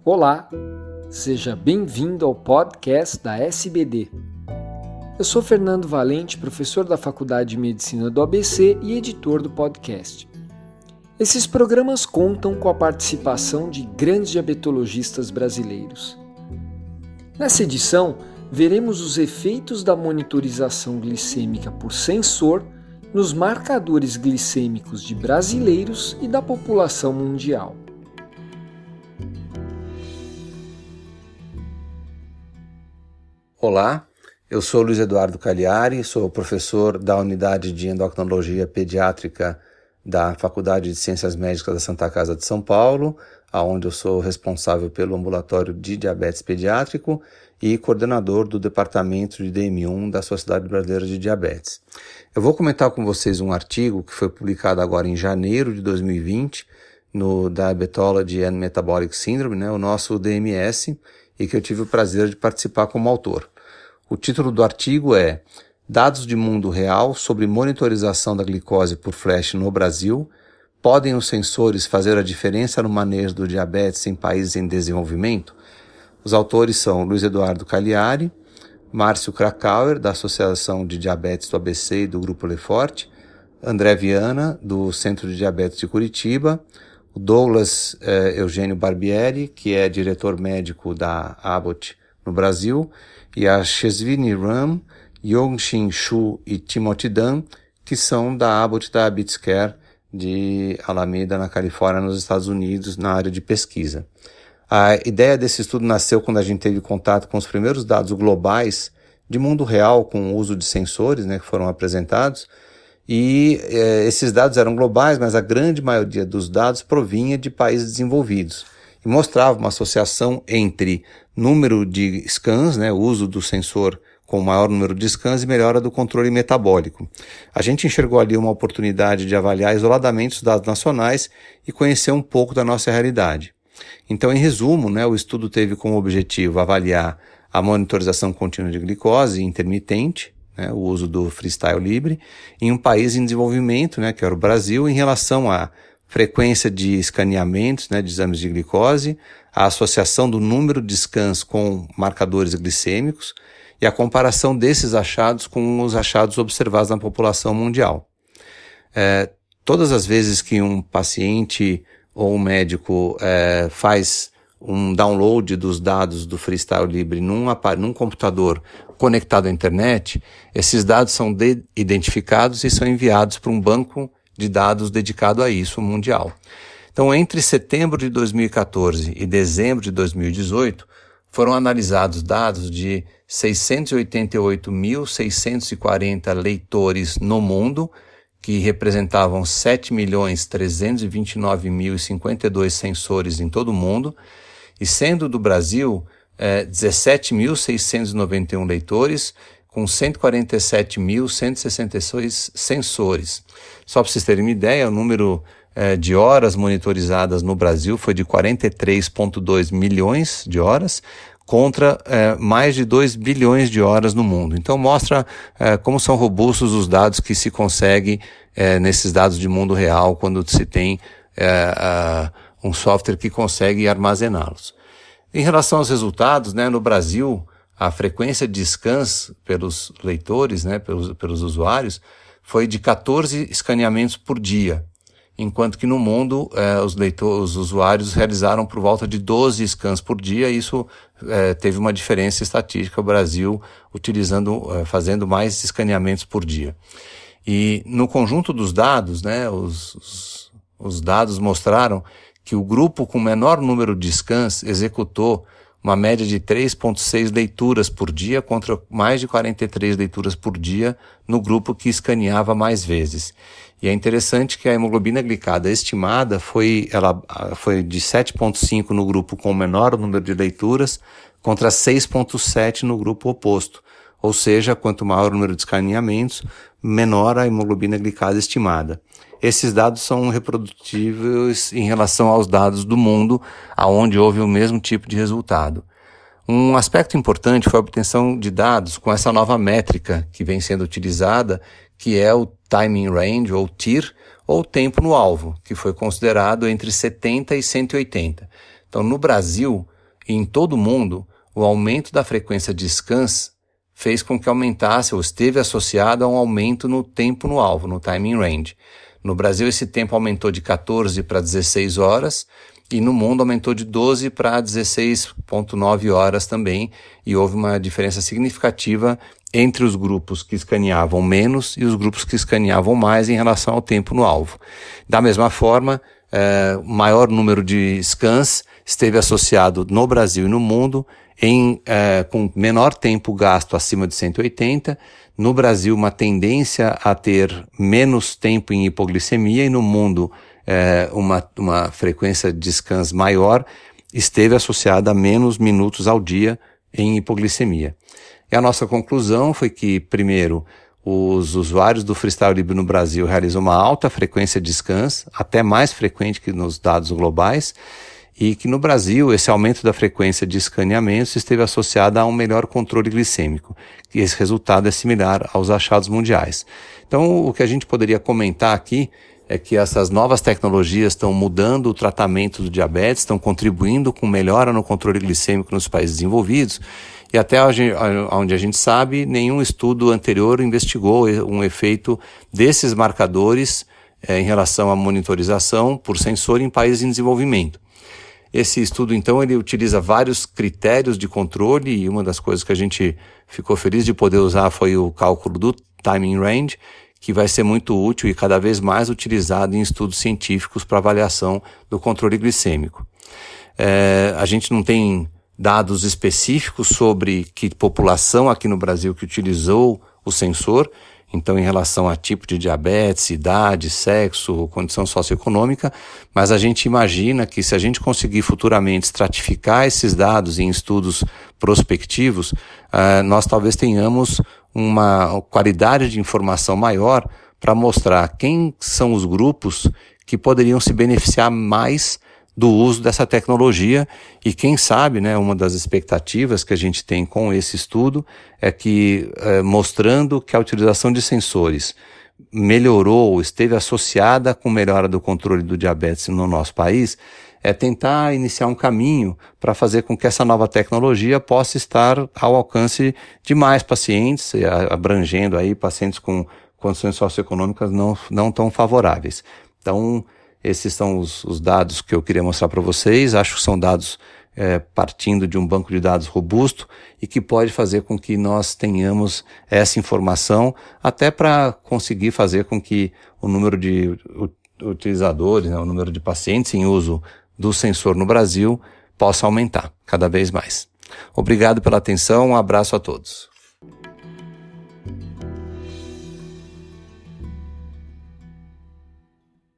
Olá, seja bem-vindo ao podcast da SBD. Eu sou Fernando Valente, professor da Faculdade de Medicina do ABC e editor do podcast. Esses programas contam com a participação de grandes diabetologistas brasileiros. Nessa edição, veremos os efeitos da monitorização glicêmica por sensor nos marcadores glicêmicos de brasileiros e da população mundial. Olá, eu sou Luiz Eduardo Cagliari, sou professor da Unidade de Endocrinologia Pediátrica da Faculdade de Ciências Médicas da Santa Casa de São Paulo, onde eu sou responsável pelo ambulatório de diabetes pediátrico e coordenador do departamento de DM1 da Sociedade Brasileira de Diabetes. Eu vou comentar com vocês um artigo que foi publicado agora em janeiro de 2020 no Diabetology and Metabolic Syndrome, o nosso DMS, e que eu tive o prazer de participar como autor. O título do artigo é Dados de mundo real sobre monitorização da glicose por flash no Brasil. Podem os sensores fazer a diferença no manejo do diabetes em países em desenvolvimento? Os autores são Luiz Eduardo Cagliari, Márcio Krakauer, da Associação de Diabetes do ABC e do Grupo Lefort, André Viana, do Centro de Diabetes de Curitiba, o Douglas Eugênio Barbieri, que é diretor médico da Abbott no Brasil, e a Shesvini Ram, Yongshin Shu e Timothy Dunn, que são da Abbott Diabetes Care de Alameda, na Califórnia, nos Estados Unidos, na área de pesquisa. A ideia desse estudo nasceu quando a gente teve contato com os primeiros dados globais de mundo real com o uso de sensores, que foram apresentados, e esses dados eram globais, mas a grande maioria dos dados provinha de países desenvolvidos e mostrava uma associação entre número de scans, o uso do sensor com maior número de scans e melhora do controle metabólico. A gente enxergou ali uma oportunidade de avaliar isoladamente os dados nacionais e conhecer um pouco da nossa realidade. Então, em resumo, o estudo teve como objetivo avaliar a monitorização contínua de glicose intermitente, o uso do Freestyle Libre, em um país em desenvolvimento, que era o Brasil, em relação à frequência de escaneamentos, de exames de glicose, a associação do número de scans com marcadores glicêmicos e a comparação desses achados com os achados observados na população mundial. Todas as vezes que um paciente ou um médico faz um download dos dados do Freestyle Libre num computador conectado à internet, esses dados são identificados e são enviados para um banco de dados dedicado a isso, mundial. Então, entre setembro de 2014 e dezembro de 2018, foram analisados dados de 688.640 leitores no mundo, que representavam 7.329.052 sensores em todo o mundo, e sendo do Brasil 17.691 leitores, com 147.166 sensores. Só para vocês terem uma ideia, o número de horas monitorizadas no Brasil foi de 43,2 milhões de horas, contra mais de 2 bilhões de horas no mundo. Então mostra como são robustos os dados que se consegue nesses dados de mundo real, quando se tem um software que consegue armazená-los. Em relação aos resultados, no Brasil, a frequência de scans pelos leitores, pelos usuários, foi de 14 escaneamentos por dia, enquanto que no mundo os usuários realizaram por volta de 12 scans por dia, e isso teve uma diferença estatística, o Brasil fazendo mais escaneamentos por dia. E no conjunto dos dados, os dados mostraram que o grupo com menor número de scans executou uma média de 3,6 leituras por dia contra mais de 43 leituras por dia no grupo que escaneava mais vezes. E é interessante que a hemoglobina glicada estimada foi de 7,5 no grupo com menor número de leituras contra 6,7 no grupo oposto. Ou seja, quanto maior o número de escaneamentos, menor a hemoglobina glicada estimada. Esses dados são reprodutíveis em relação aos dados do mundo, aonde houve o mesmo tipo de resultado. Um aspecto importante foi a obtenção de dados com essa nova métrica que vem sendo utilizada, que é o Time in Range, ou TIR, ou tempo no alvo, que foi considerado entre 70 e 180. Então, no Brasil, e em todo o mundo, o aumento da frequência de scans fez com que aumentasse ou esteve associado a um aumento no tempo no alvo, no time in range. No Brasil, esse tempo aumentou de 14 para 16 horas e no mundo aumentou de 12 para 16,9 horas também, e houve uma diferença significativa entre os grupos que escaneavam menos e os grupos que escaneavam mais em relação ao tempo no alvo. Da mesma forma, o maior número de scans esteve associado no Brasil e no mundo com menor tempo gasto acima de 180, no Brasil uma tendência a ter menos tempo em hipoglicemia e no mundo uma frequência de scans maior esteve associada a menos minutos ao dia em hipoglicemia. E a nossa conclusão foi que, primeiro, os usuários do Freestyle Libre no Brasil realizam uma alta frequência de scans, até mais frequente que nos dados globais, e que no Brasil esse aumento da frequência de escaneamentos esteve associado a um melhor controle glicêmico, e esse resultado é similar aos achados mundiais. Então, o que a gente poderia comentar aqui é que essas novas tecnologias estão mudando o tratamento do diabetes, estão contribuindo com melhora no controle glicêmico nos países desenvolvidos, e até onde a gente sabe, nenhum estudo anterior investigou um efeito desses marcadores em relação à monitorização por sensor em países em desenvolvimento. Esse estudo, então, ele utiliza vários critérios de controle, e uma das coisas que a gente ficou feliz de poder usar foi o cálculo do time in range, que vai ser muito útil e cada vez mais utilizado em estudos científicos para avaliação do controle glicêmico. A gente não tem dados específicos sobre que população aqui no Brasil que utilizou o sensor, então em relação a tipo de diabetes, idade, sexo, condição socioeconômica, mas a gente imagina que se a gente conseguir futuramente estratificar esses dados em estudos prospectivos, nós talvez tenhamos uma qualidade de informação maior para mostrar quem são os grupos que poderiam se beneficiar mais do uso dessa tecnologia, e quem sabe, uma das expectativas que a gente tem com esse estudo é que, mostrando que a utilização de sensores melhorou, esteve associada com melhora do controle do diabetes no nosso país, é tentar iniciar um caminho para fazer com que essa nova tecnologia possa estar ao alcance de mais pacientes, abrangendo aí pacientes com condições socioeconômicas não tão favoráveis. Então, esses são os dados que eu queria mostrar para vocês. Acho que são dados partindo de um banco de dados robusto e que pode fazer com que nós tenhamos essa informação até para conseguir fazer com que o número de utilizadores, o número de pacientes em uso do sensor no Brasil possa aumentar cada vez mais. Obrigado pela atenção, um abraço a todos.